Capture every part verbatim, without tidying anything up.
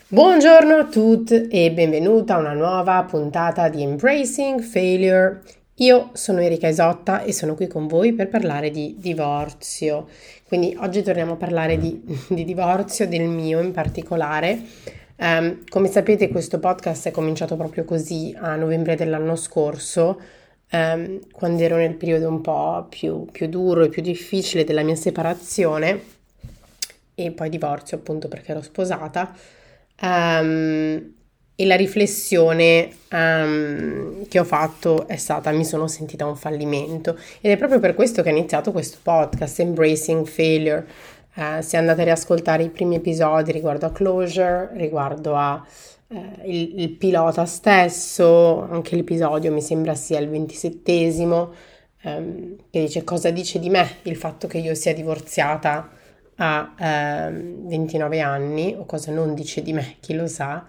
Buongiorno a tutti e benvenuta a una nuova puntata di Embracing Failure. Io sono Erika Isotta e sono qui con voi per parlare di divorzio. Quindi oggi torniamo a parlare di, di divorzio, del mio in particolare. Um, come sapete, questo podcast è cominciato proprio così a novembre dell'anno scorso, um, quando ero nel periodo un po' più, più duro e più difficile della mia separazione e poi divorzio, appunto, perché ero sposata. Um, e la riflessione um, che ho fatto è stata: mi sono sentita un fallimento, ed è proprio per questo che ho iniziato questo podcast Embracing Failure. Uh, se andate a riascoltare i primi episodi riguardo a closure, riguardo a uh, il, il pilota stesso, anche l'episodio mi sembra sia il ventisettesimo, um, che dice cosa dice di me il fatto che io sia divorziata a ehm, ventinove anni, o cosa non dice di me, chi lo sa.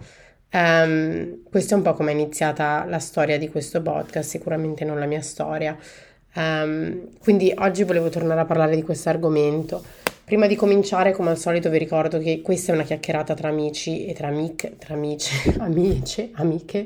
Um, questo è un po' come è iniziata la storia di questo podcast, sicuramente non la mia storia. Um, quindi oggi volevo tornare a parlare di questo argomento. Prima di cominciare, come al solito, vi ricordo che questa è una chiacchierata tra amici e tra amiche, tra amici, amici, amiche.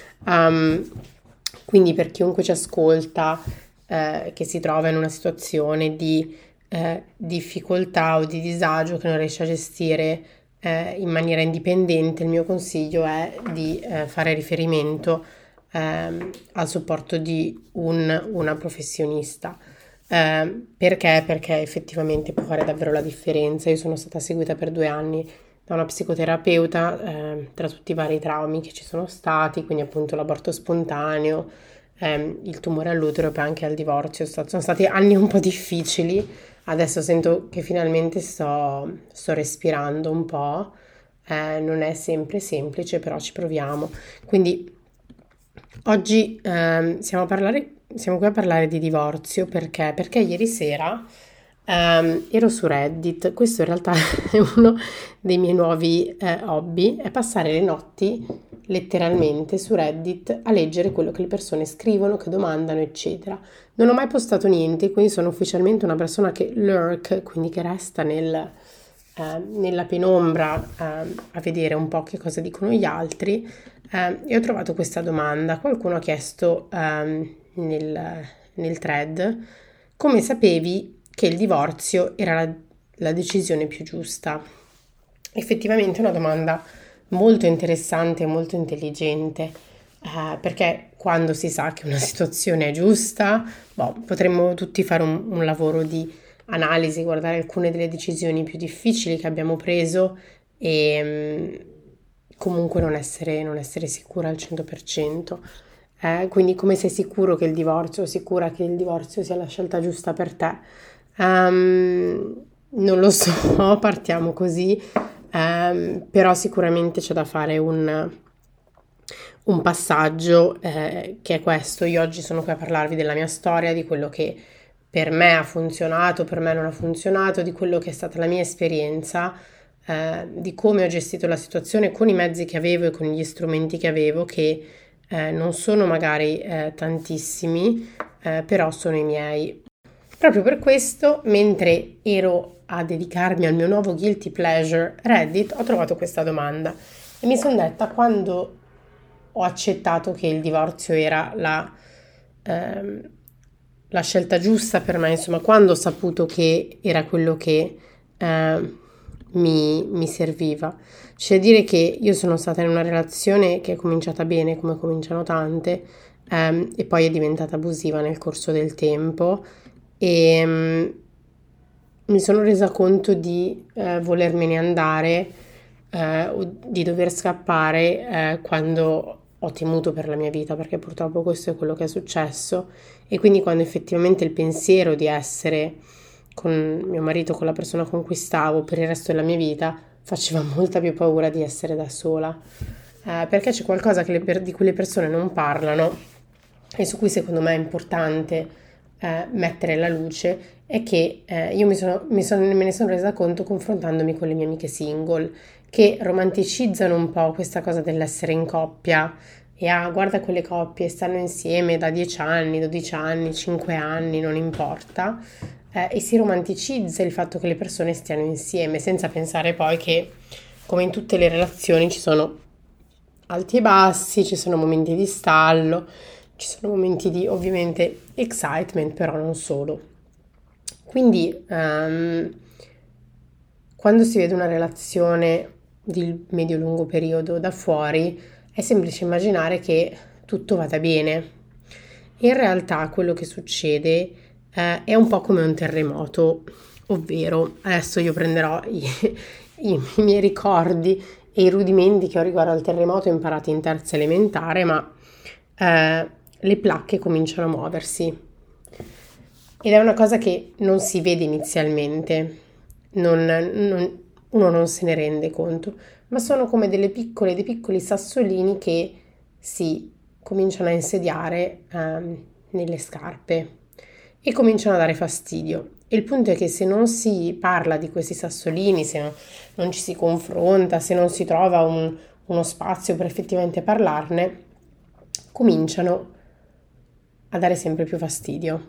Um, quindi per chiunque ci ascolta, eh, che si trova in una situazione di Eh, difficoltà o di disagio che non riesce a gestire eh, in maniera indipendente, il mio consiglio è di eh, fare riferimento ehm, al supporto di un, una professionista. Eh, perché? Perché effettivamente può fare davvero la differenza. Io sono stata seguita per due anni da una psicoterapeuta eh, tra tutti i vari traumi che ci sono stati, quindi appunto l'aborto spontaneo, ehm, il tumore all'utero e poi anche al divorzio. Sono stati anni un po' difficili. Adesso sento che finalmente sto, sto respirando un po', eh, non è sempre semplice, però ci proviamo. Quindi oggi ehm, siamo, a parlare, siamo qui a parlare di divorzio perché, perché ieri sera ehm, ero su Reddit. Questo in realtà è uno dei miei nuovi eh, hobby, è passare le notti letteralmente su Reddit a leggere quello che le persone scrivono, che domandano, eccetera. Non ho mai postato niente, quindi sono ufficialmente una persona che lurk, quindi che resta nel, eh, nella penombra eh, a vedere un po' che cosa dicono gli altri. Eh, e ho trovato questa domanda. Qualcuno ha chiesto ehm, nel, nel thread: come sapevi che il divorzio era la, la decisione più giusta? Effettivamente è una domanda molto interessante e molto intelligente, eh, perché quando si sa che una situazione è giusta, boh, potremmo tutti fare un, un lavoro di analisi, guardare alcune delle decisioni più difficili che abbiamo preso e mh, comunque non essere, non essere sicura al cento per cento. Eh, quindi come sei sicuro che il divorzio, sicura che il divorzio sia la scelta giusta per te? Um, non lo so, partiamo così. Um, però sicuramente c'è da fare un, un passaggio eh, che è questo. Io oggi sono qui a parlarvi della mia storia, di quello che per me ha funzionato, per me non ha funzionato, di quello che è stata la mia esperienza, eh, di come ho gestito la situazione con i mezzi che avevo e con gli strumenti che avevo, che eh, non sono magari eh, tantissimi, eh, però sono i miei. Proprio per questo, mentre ero a dedicarmi al mio nuovo guilty pleasure Reddit, ho trovato questa domanda e mi sono detta: quando ho accettato che il divorzio era la, ehm, la scelta giusta per me, insomma, quando ho saputo che era quello che eh, mi, mi serviva. C'è da dire che io sono stata in una relazione che è cominciata bene, come cominciano tante, ehm, e poi è diventata abusiva nel corso del tempo. E um, mi sono resa conto di eh, volermene andare, eh, o di dover scappare eh, quando ho temuto per la mia vita, perché purtroppo questo è quello che è successo. E quindi quando effettivamente il pensiero di essere con mio marito, con la persona con cui stavo per il resto della mia vita, faceva molta più paura di essere da sola, eh, perché c'è qualcosa che le, di cui le persone non parlano e su cui secondo me è importante eh, mettere la luce, è che eh, io mi sono, mi sono, me ne sono resa conto confrontandomi con le mie amiche single, che romanticizzano un po' questa cosa dell'essere in coppia e ah, guarda quelle coppie, stanno insieme da dieci anni, dodici anni, cinque anni, non importa, eh, e si romanticizza il fatto che le persone stiano insieme, senza pensare poi che come in tutte le relazioni ci sono alti e bassi, ci sono momenti di stallo, ci sono momenti di ovviamente excitement, però non solo. Quindi um, quando si vede una relazione di medio-lungo periodo da fuori è semplice immaginare che tutto vada bene. In realtà quello che succede eh, è un po' come un terremoto, ovvero adesso io prenderò i, i, i miei ricordi e i rudimenti che ho riguardo al terremoto imparati in terza elementare, ma eh, le placche cominciano a muoversi ed è una cosa che non si vede inizialmente, non, non, uno non se ne rende conto, ma sono come delle piccole, dei piccoli sassolini che si cominciano a insediare ehm, nelle scarpe e cominciano a dare fastidio. E il punto è che se non si parla di questi sassolini, se non, non ci si confronta, se non si trova un, uno spazio per effettivamente parlarne, cominciano a dare sempre più fastidio.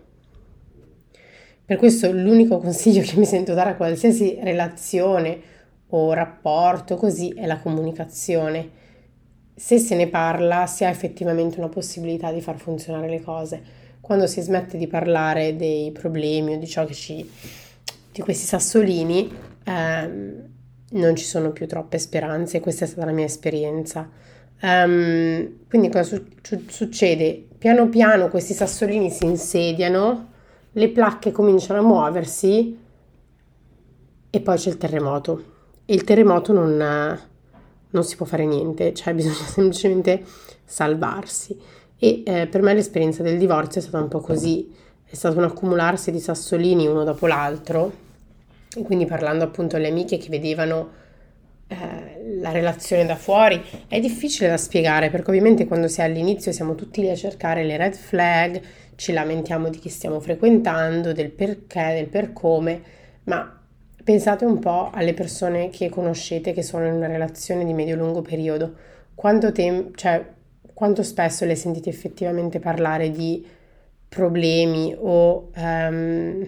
Per questo l'unico consiglio che mi sento dare a qualsiasi relazione o rapporto così è la comunicazione. Se se ne parla si ha effettivamente una possibilità di far funzionare le cose. Quando si smette di parlare dei problemi o di ciò che ci di questi sassolini ehm, non ci sono più troppe speranze. Questa è stata la mia esperienza. Um, quindi cosa su- succede? Piano piano questi sassolini si insediano, le placche cominciano a muoversi e poi c'è il terremoto. E il terremoto non, non si può fare niente, cioè bisogna semplicemente salvarsi. E eh, per me l'esperienza del divorzio è stata un po' così, è stato un accumularsi di sassolini uno dopo l'altro, e quindi parlando appunto alle amiche che vedevano eh, la relazione da fuori, è difficile da spiegare perché ovviamente quando si è all'inizio siamo tutti lì a cercare le red flag, ci lamentiamo di chi stiamo frequentando, del perché, del per come, ma pensate un po' alle persone che conoscete che sono in una relazione di medio-lungo periodo, quanto tempo, cioè quanto spesso le sentite effettivamente parlare di problemi o um,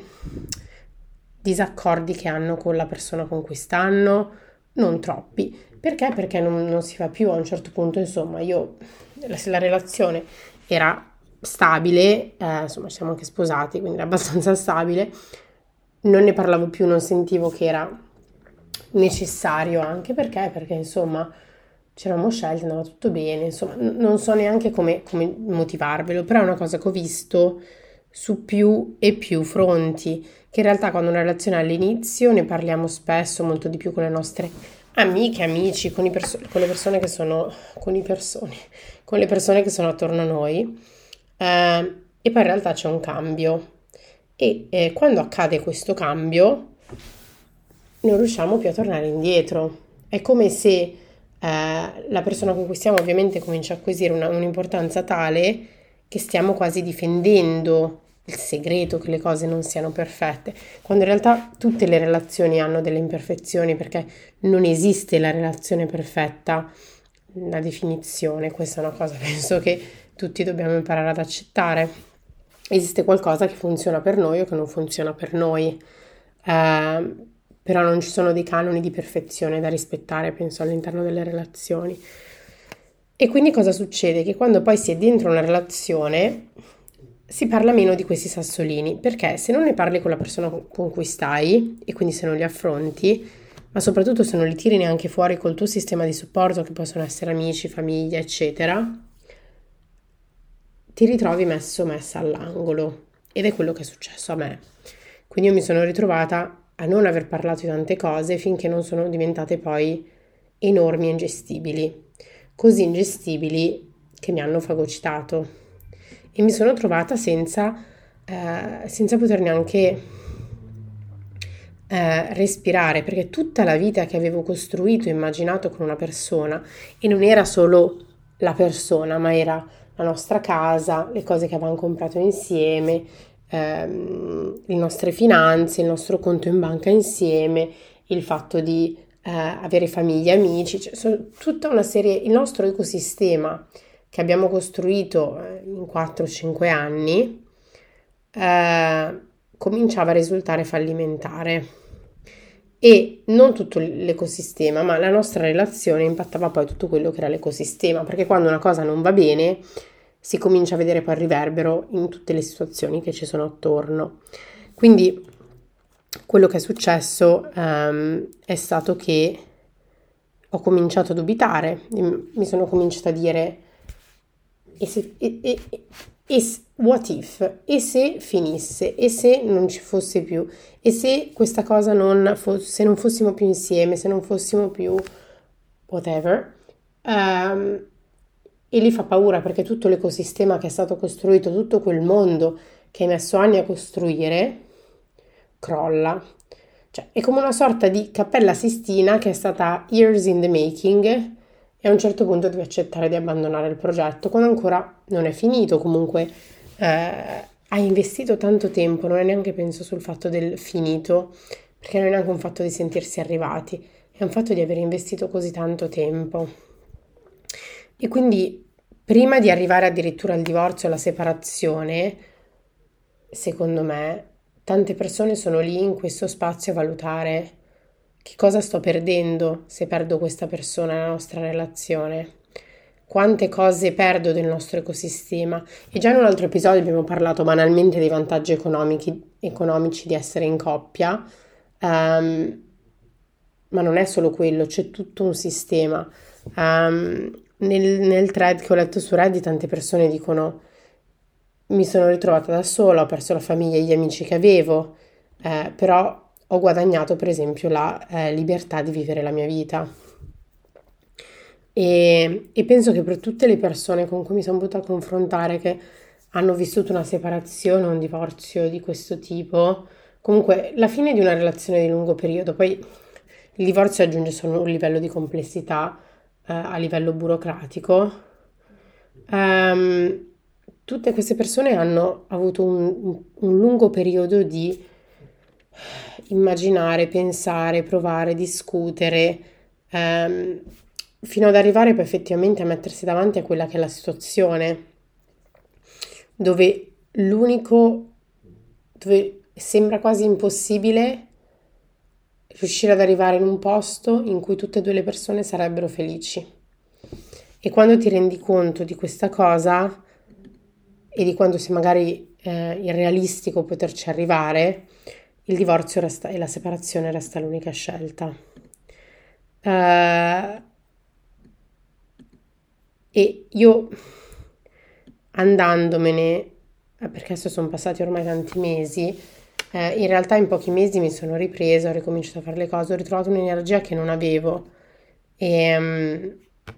disaccordi che hanno con la persona con cui stanno? Non troppi. Perché? Perché non, non si fa più a un certo punto, insomma, io, se la relazione era stabile, eh, insomma, siamo anche sposati, quindi era abbastanza stabile, non ne parlavo più, non sentivo che era necessario, anche perché, perché insomma ci eravamo scelti, andava tutto bene, insomma non so neanche come, come motivarvelo, però è una cosa che ho visto su più e più fronti, che in realtà quando una relazione è all'inizio ne parliamo spesso, molto di più con le nostre amiche, amici, con, i perso- con le persone che sono, con i persone, con le persone che sono attorno a noi, eh, e poi in realtà c'è un cambio. E eh, quando accade questo cambio non riusciamo più a tornare indietro. È come se eh, la persona con cui stiamo ovviamente comincia a acquisire una, un'importanza tale che stiamo quasi difendendo il segreto che le cose non siano perfette, quando in realtà tutte le relazioni hanno delle imperfezioni perché non esiste la relazione perfetta, la definizione, questa è una cosa penso che tutti dobbiamo imparare ad accettare. Esiste qualcosa che funziona per noi o che non funziona per noi, eh, però non ci sono dei canoni di perfezione da rispettare, penso, all'interno delle relazioni. E quindi cosa succede? Che quando poi si è dentro una relazione si parla meno di questi sassolini, perché se non ne parli con la persona con cui stai e quindi se non li affronti, ma soprattutto se non li tiri neanche fuori col tuo sistema di supporto, che possono essere amici, famiglia, eccetera, ti ritrovi messo messa all'angolo ed è quello che è successo a me. Quindi io mi sono ritrovata a non aver parlato di tante cose finché non sono diventate poi enormi e ingestibili, così ingestibili che mi hanno fagocitato e mi sono trovata senza, eh, senza poter neanche eh, respirare, perché tutta la vita che avevo costruito, immaginato con una persona, e non era solo la persona, ma era la nostra casa, le cose che avevamo comprato insieme, ehm, le nostre finanze, il nostro conto in banca insieme, il fatto di eh, avere famiglia, amici, cioè, sono tutta una serie, il nostro ecosistema che abbiamo costruito eh, in quattro cinque anni eh, cominciava a risultare fallimentare e non tutto l'ecosistema, ma la nostra relazione impattava poi tutto quello che era l'ecosistema, perché quando una cosa non va bene si comincia a vedere poi il riverbero in tutte le situazioni che ci sono attorno. Quindi quello che è successo um, è stato che ho cominciato a dubitare, mi sono cominciata a dire e se, e, e, e, what if? E se finisse? E se non ci fosse più? E se questa cosa non fosse, se non fossimo più insieme, se non fossimo più whatever? Um, e lì fa paura perché tutto l'ecosistema che è stato costruito, tutto quel mondo che hai messo anni a costruire, crolla. Cioè, è come una sorta di Cappella Sistina che è stata years in the making e a un certo punto devi accettare di abbandonare il progetto quando ancora non è finito. Comunque eh, hai investito tanto tempo, non è neanche penso sul fatto del finito, perché non è neanche un fatto di sentirsi arrivati, è un fatto di aver investito così tanto tempo. E quindi prima di arrivare addirittura al divorzio, alla separazione, secondo me, tante persone sono lì in questo spazio a valutare che cosa sto perdendo se perdo questa persona nella nostra relazione, quante cose perdo del nostro ecosistema. E già in un altro episodio abbiamo parlato banalmente dei vantaggi economici, economici di essere in coppia, um, ma non è solo quello, c'è tutto un sistema. Um, nel, nel thread che ho letto su Reddit tante persone dicono mi sono ritrovata da sola, ho perso la famiglia e gli amici che avevo, eh, però ho guadagnato per esempio la eh, libertà di vivere la mia vita. E, e penso che per tutte le persone con cui mi sono potuta confrontare che hanno vissuto una separazione, un divorzio di questo tipo, comunque la fine di una relazione di lungo periodo, poi il divorzio aggiunge solo un livello di complessità eh, a livello burocratico. Um, tutte queste persone hanno avuto un, un lungo periodo di immaginare, pensare, provare, discutere, ehm, fino ad arrivare poi effettivamente a mettersi davanti a quella che è la situazione, dove l'unico, dove sembra quasi impossibile riuscire ad arrivare in un posto in cui tutte e due le persone sarebbero felici. E quando ti rendi conto di questa cosa e di quanto sia magari eh, irrealistico poterci arrivare, il divorzio resta, e la separazione resta l'unica scelta. Uh, e io andandomene, perché adesso sono passati ormai tanti mesi, eh, in realtà in pochi mesi mi sono ripresa, ho ricominciato a fare le cose, ho ritrovato un'energia che non avevo. E, um,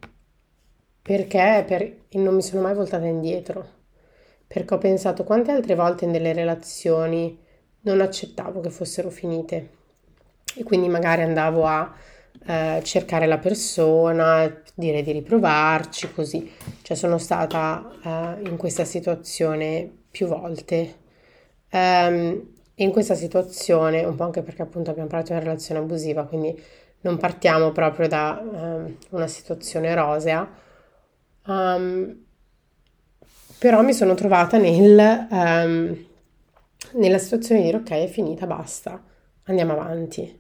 perché? Per, e non mi sono mai voltata indietro. Perché ho pensato quante altre volte in delle relazioni non accettavo che fossero finite e quindi magari andavo a eh, cercare la persona, dire di riprovarci, così. Cioè sono stata eh, in questa situazione più volte. Ehm, e in questa situazione, un po' anche perché appunto abbiamo parlato di una relazione abusiva, quindi non partiamo proprio da ehm, una situazione rosea, um, però mi sono trovata nel, um, nella situazione di dire ok, è finita, basta, andiamo avanti.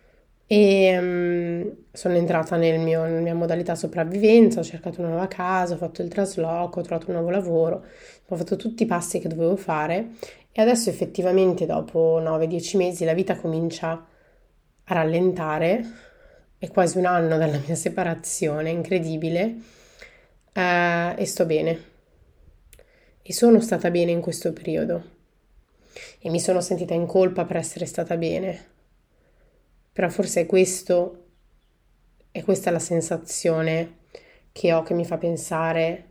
E um, sono entrata nel mio, nella mia modalità sopravvivenza, ho cercato una nuova casa, ho fatto il trasloco, ho trovato un nuovo lavoro, ho fatto tutti i passi che dovevo fare e adesso effettivamente dopo nove dieci mesi la vita comincia a rallentare, è quasi un anno dalla mia separazione, incredibile, eh, e sto bene. E sono stata bene in questo periodo e mi sono sentita in colpa per essere stata bene. Però forse è questo, è questa la sensazione che ho che mi fa pensare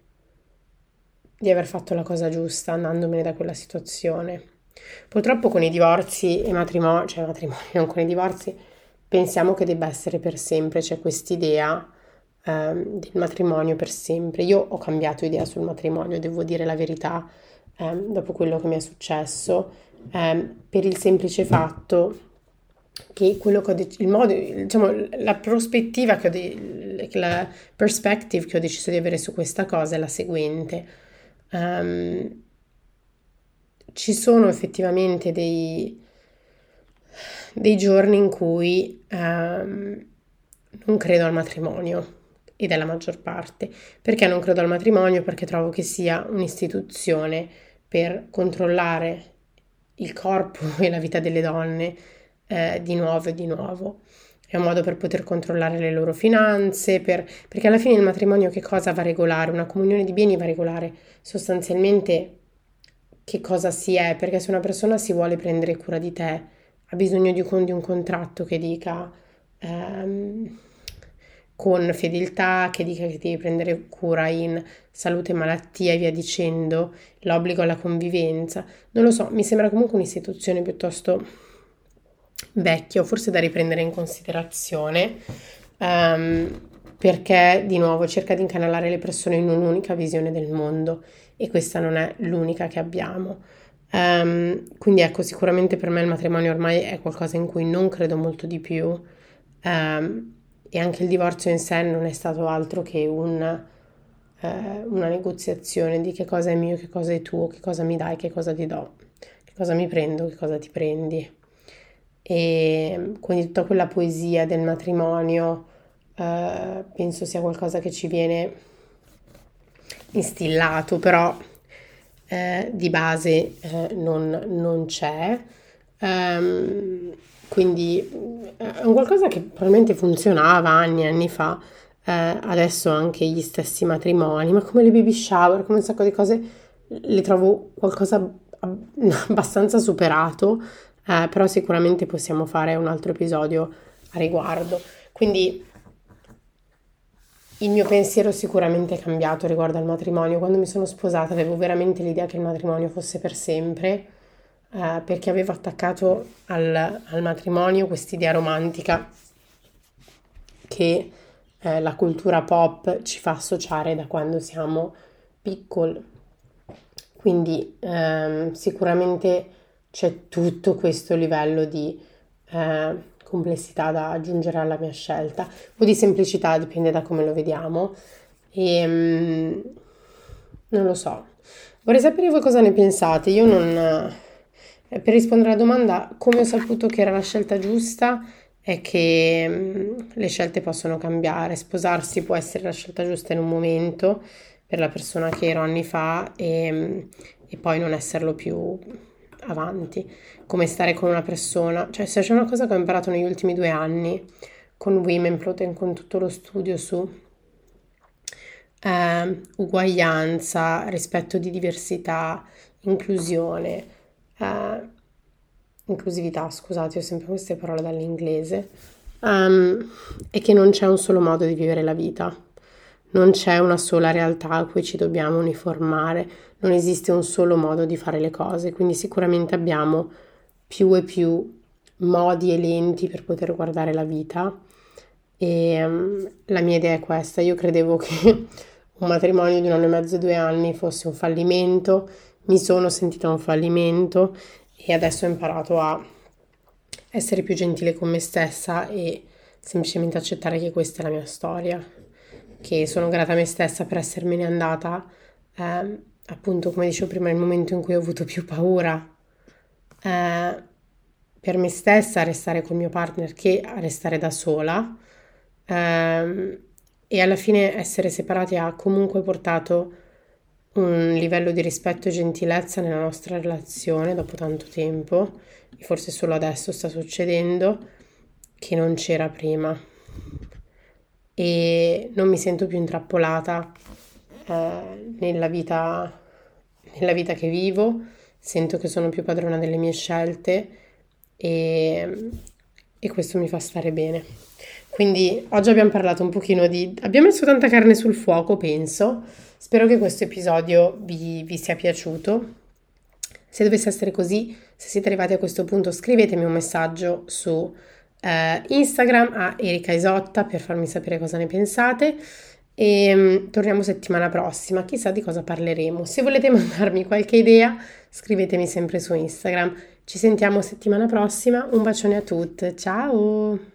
di aver fatto la cosa giusta andandomene da quella situazione. Purtroppo con i divorzi e matrimoni, cioè matrimoni, non con i divorzi, pensiamo che debba essere per sempre, c'è quest'idea ehm, del matrimonio per sempre. Io ho cambiato idea sul matrimonio, devo dire la verità, ehm, dopo quello che mi è successo, ehm, per il semplice fatto che quello che ho de- il modo, diciamo, la prospettiva che ho de- la perspective che ho deciso di avere su questa cosa è la seguente. Um, ci sono effettivamente dei, dei giorni in cui ehm, non credo al matrimonio, ed è la maggior parte. Perché non credo al matrimonio? Perché trovo che sia un'istituzione per controllare il corpo e la vita delle donne eh, di nuovo e di nuovo. È un modo per poter controllare le loro finanze, per, perché alla fine il matrimonio che cosa va a regolare? Una comunione di beni va a regolare sostanzialmente che cosa si è, perché se una persona si vuole prendere cura di te, ha bisogno di un, di un contratto che dica ehm, con fedeltà, che dica che devi prendere cura in salute e malattia e via dicendo, l'obbligo alla convivenza. Non lo so, mi sembra comunque un'istituzione piuttosto vecchia, o forse da riprendere in considerazione, ehm, perché di nuovo cerca di incanalare le persone in un'unica visione del mondo e questa non è l'unica che abbiamo. Um, quindi ecco, sicuramente per me il matrimonio ormai è qualcosa in cui non credo molto di più, um, e anche il divorzio in sé non è stato altro che un, eh, una negoziazione di che cosa è mio, che cosa è tuo, che cosa mi dai, che cosa ti do, che cosa mi prendo, che cosa ti prendi. E quindi tutta quella poesia del matrimonio eh, penso sia qualcosa che ci viene instillato, però eh, di base eh, non, non c'è. Um, quindi è un qualcosa che probabilmente funzionava anni e anni fa, eh, adesso anche gli stessi matrimoni, ma come le baby shower, come un sacco di cose, le trovo qualcosa abbastanza superato, eh, però sicuramente possiamo fare un altro episodio a riguardo. Quindi il mio pensiero sicuramente è cambiato riguardo al matrimonio. Quando mi sono sposata avevo veramente l'idea che il matrimonio fosse per sempre, eh, perché avevo attaccato al, al matrimonio quest'idea romantica che eh, la cultura pop ci fa associare da quando siamo piccoli. Quindi ehm, sicuramente c'è tutto questo livello di eh, complessità da aggiungere alla mia scelta, o di semplicità, dipende da come lo vediamo. E mm, non lo so. Vorrei sapere voi cosa ne pensate. Io non... eh, per rispondere alla domanda, come ho saputo che era la scelta giusta, è che mm, le scelte possono cambiare. Sposarsi può essere la scelta giusta in un momento per la persona che ero anni fa e, mm, e poi non esserlo più avanti. Come stare con una persona, cioè se c'è una cosa che ho imparato negli ultimi due anni con Women Protein, con tutto lo studio su eh, uguaglianza, rispetto di diversità, inclusione, eh, inclusività, scusate, ho sempre queste parole dall'inglese, um, è che non c'è un solo modo di vivere la vita, non c'è una sola realtà a cui ci dobbiamo uniformare, non esiste un solo modo di fare le cose, quindi sicuramente abbiamo più e più modi e lenti per poter guardare la vita e um, la mia idea è questa. Io credevo che un matrimonio di un anno e mezzo, due anni fosse un fallimento, mi sono sentita un fallimento e adesso ho imparato a essere più gentile con me stessa e semplicemente accettare che questa è la mia storia, che sono grata a me stessa per essermene andata, eh, appunto come dicevo prima, nel momento in cui ho avuto più paura eh, per me stessa a restare col mio partner che a restare da sola, eh, e alla fine essere separati ha comunque portato un livello di rispetto e gentilezza nella nostra relazione dopo tanto tempo, e forse solo adesso sta succedendo, che non c'era prima. E non mi sento più intrappolata eh, nella vita, nella vita che vivo, sento che sono più padrona delle mie scelte e, e questo mi fa stare bene. Quindi oggi abbiamo parlato un pochino di... abbiamo messo tanta carne sul fuoco, penso. Spero che questo episodio vi, vi sia piaciuto. Se dovesse essere così, se siete arrivati a questo punto, scrivetemi un messaggio su eh, Instagram a Erika Isotta per farmi sapere cosa ne pensate. E um, torniamo settimana prossima, chissà di cosa parleremo. Se volete mandarmi qualche idea, scrivetemi sempre su Instagram. Ci sentiamo settimana prossima. Un bacione a tutte, ciao!